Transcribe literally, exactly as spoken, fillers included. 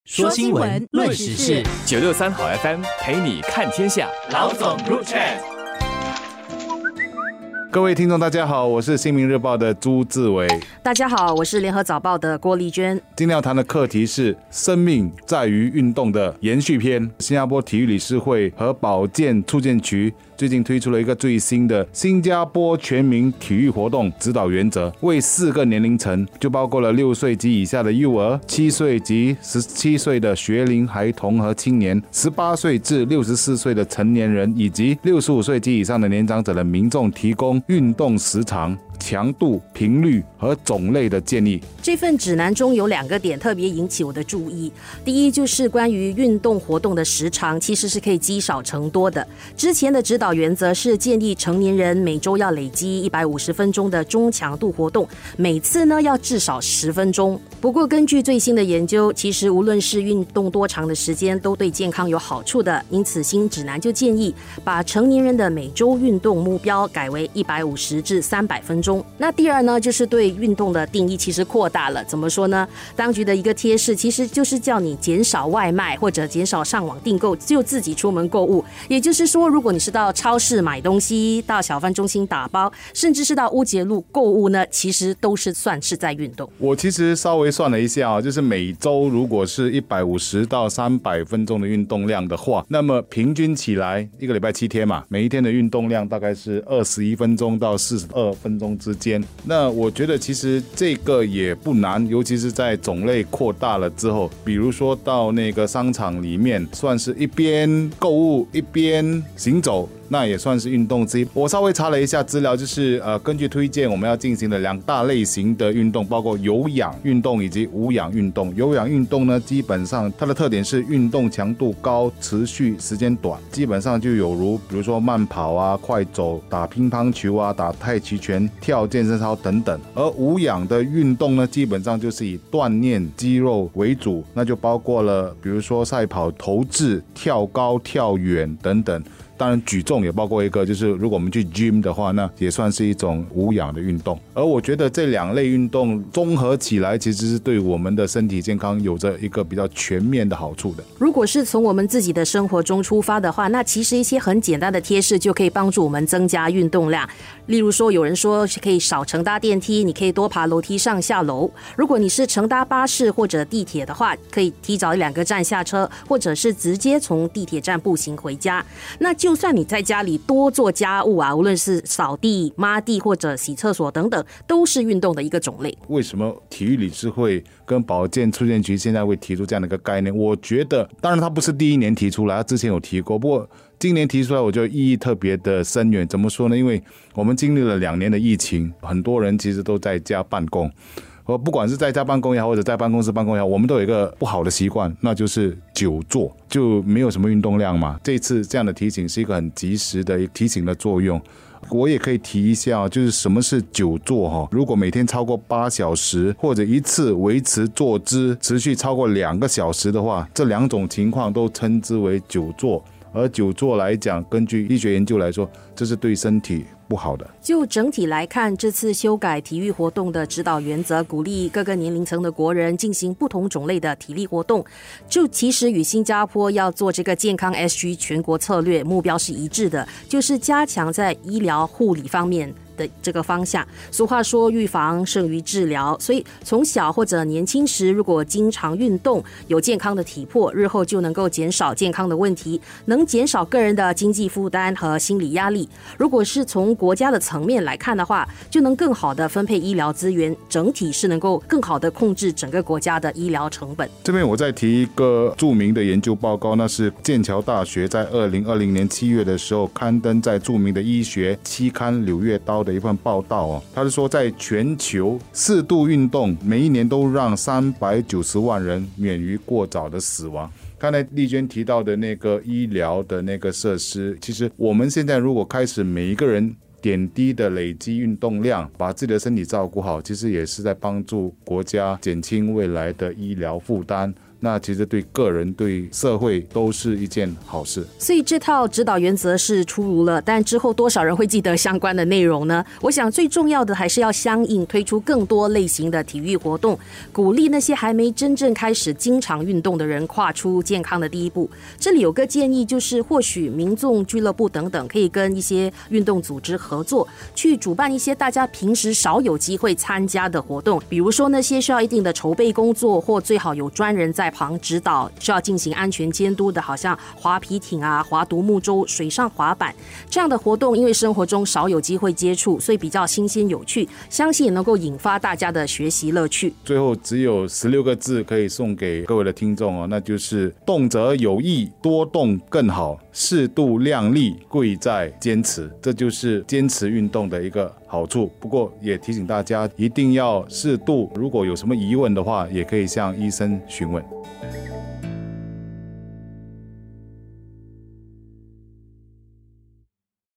说新闻，论时事， 九六三好 F M 陪你看天下。 老总入场。 各位听众大家好，我是新民日报的朱志伟。 大家好，我是联合早报的郭丽娟。 今天要谈的课题是生命在于运动的延续篇。新加坡体育理事会和保健促进局最近推出了一个最新的新加坡全民体育活动指导原则，为四个年龄层，就包括了六岁及以下的幼儿、七岁及十七岁的学龄孩童和青年、十八岁至六十四岁的成年人，以及六十五岁及以上的年长者的民众提供运动时长、强度、频率和种类的建议。 这份指南中有两个点特别引起我的注意。第一，就是关于运动活动的时长其实是可以积少成多的。之前的指导原则是建议成年人每周要累积一百五十分钟的中强度活动，每次呢要至少十分钟。不过根据最新的研究，其实无论是运动多长的时间都对健康有好处的，因此新指南就建议把成年人的每周运动目标改为一百五十至三百分钟。那第二呢，就是对运动的定义其实扩大了。怎么说呢？当局的一个贴士其实就是叫你减少外卖或者减少上网订购，就自己出门购物。也就是说，如果你是到超市买东西，到小贩中心打包，甚至是到乌节路购物呢，其实都是算是在运动。 我其实稍微算了一下啊，就是每周如果是一百五十到三百分钟的运动量的话，那么平均起来一个礼拜七天嘛，每一天的运动量大概是二十一分钟到四十二分钟之间。那我觉得其实这个也不难，尤其是在种类扩大了之后，比如说到那个商场里面，算是一边购物一边行走，那也算是运动之一。我稍微查了一下资料，就是呃，根据推荐我们要进行的两大类型的运动，包括有氧运动以及无氧运动。有氧运动呢，基本上它的特点是运动强度高，持续时间短，基本上就有如比如说慢跑啊、快走、打乒乓球啊、打太极拳、跳健身操等等。而无氧的运动呢，基本上就是以锻炼肌肉为主，那就包括了比如说赛跑、投掷、跳高、跳远等等。当然举重也包括一个，就是如果我们去 gym 的话，那也算是一种无氧的运动。而我觉得这两类运动综合起来，其实是对我们的身体健康有着一个比较全面的好处的。 如果是从我们自己的生活中出发的话，那其实一些很简单的贴士就可以帮助我们增加运动量。例如说，有人说可以少乘搭电梯，你可以多爬楼梯上下楼。如果你是乘搭巴士或者地铁的话，可以提早一两个站下车，或者是直接从地铁站步行回家。那就算你在家里多做家务啊，无论是扫地、抹地或者洗厕所等等，都是运动的一个种类。 为什么体育理事会跟保健促进局现在会提出这样的一个概念？我觉得，当然它不是第一年提出来，它之前有提过，不过今年提出来，我觉得意义特别的深远。怎么说呢？因为我们经历了两年的疫情，很多人其实都在家办公。不管是在家办公也好，或者在办公室办公也好，我们都有一个不好的习惯，那就是久坐，就没有什么运动量嘛。这次这样的提醒是一个很及时的提醒的作用。我也可以提一下，就是什么是久坐。如果每天超过八小时，或者一次维持坐姿持续超过两个小时的话，这两种情况都称之为久坐。而久坐来讲，根据医学研究来说，这是对身体不好的。 就整体来看，这次修改体育活动的指导原则，鼓励各个年龄层的国人进行不同种类的体力活动，就其实与新加坡要做这个健康 S G 全国策略目标是一致的，就是加强在医疗护理方面的这个方向。俗话说预防胜于治疗，所以从小或者年轻时如果经常运动，有健康的体魄，日后就能够减少健康的问题，能减少个人的经济负担和心理压力。如果是从国家的层面来看的话，就能更好的分配医疗资源，整体是能够更好的控制整个国家的医疗成本。 这边我再提一个著名的研究报告，那是剑桥大学在二零二零年七月的时候刊登在著名的医学期刊《柳叶刀》的一份报道哦。他是说，在全球适度运动每一年都让三百九十万人免于过早的死亡。刚才丽娟提到的那个医疗的那个设施，其实我们现在如果开始每一个人点滴的累积运动量，把自己的身体照顾好，其实也是在帮助国家减轻未来的医疗负担， 那其实对个人对社会都是一件好事。 所以这套指导原则是出炉了，但之后多少人会记得相关的内容呢？我想最重要的还是要相应推出更多类型的体育活动，鼓励那些还没真正开始经常运动的人跨出健康的第一步。这里有个建议，就是或许民众俱乐部等等可以跟一些运动组织合作，去主办一些大家平时少有机会参加的活动，比如说那些需要一定的筹备工作，或最好有专人在旁指导，需要进行安全监督的，好像划皮艇啊、划独木舟、水上滑板这样的活动，因为生活中少有机会接触，所以比较新鲜有趣，相信也能够引发大家的学习乐趣。 最后只有十六个字可以送给各位的听众哦，那就是动则有益，多动更好，适度量力，贵在坚持。这就是坚持运动的一个好处。不过也提醒大家一定要适度，如果有什么疑问的话，也可以向医生询问。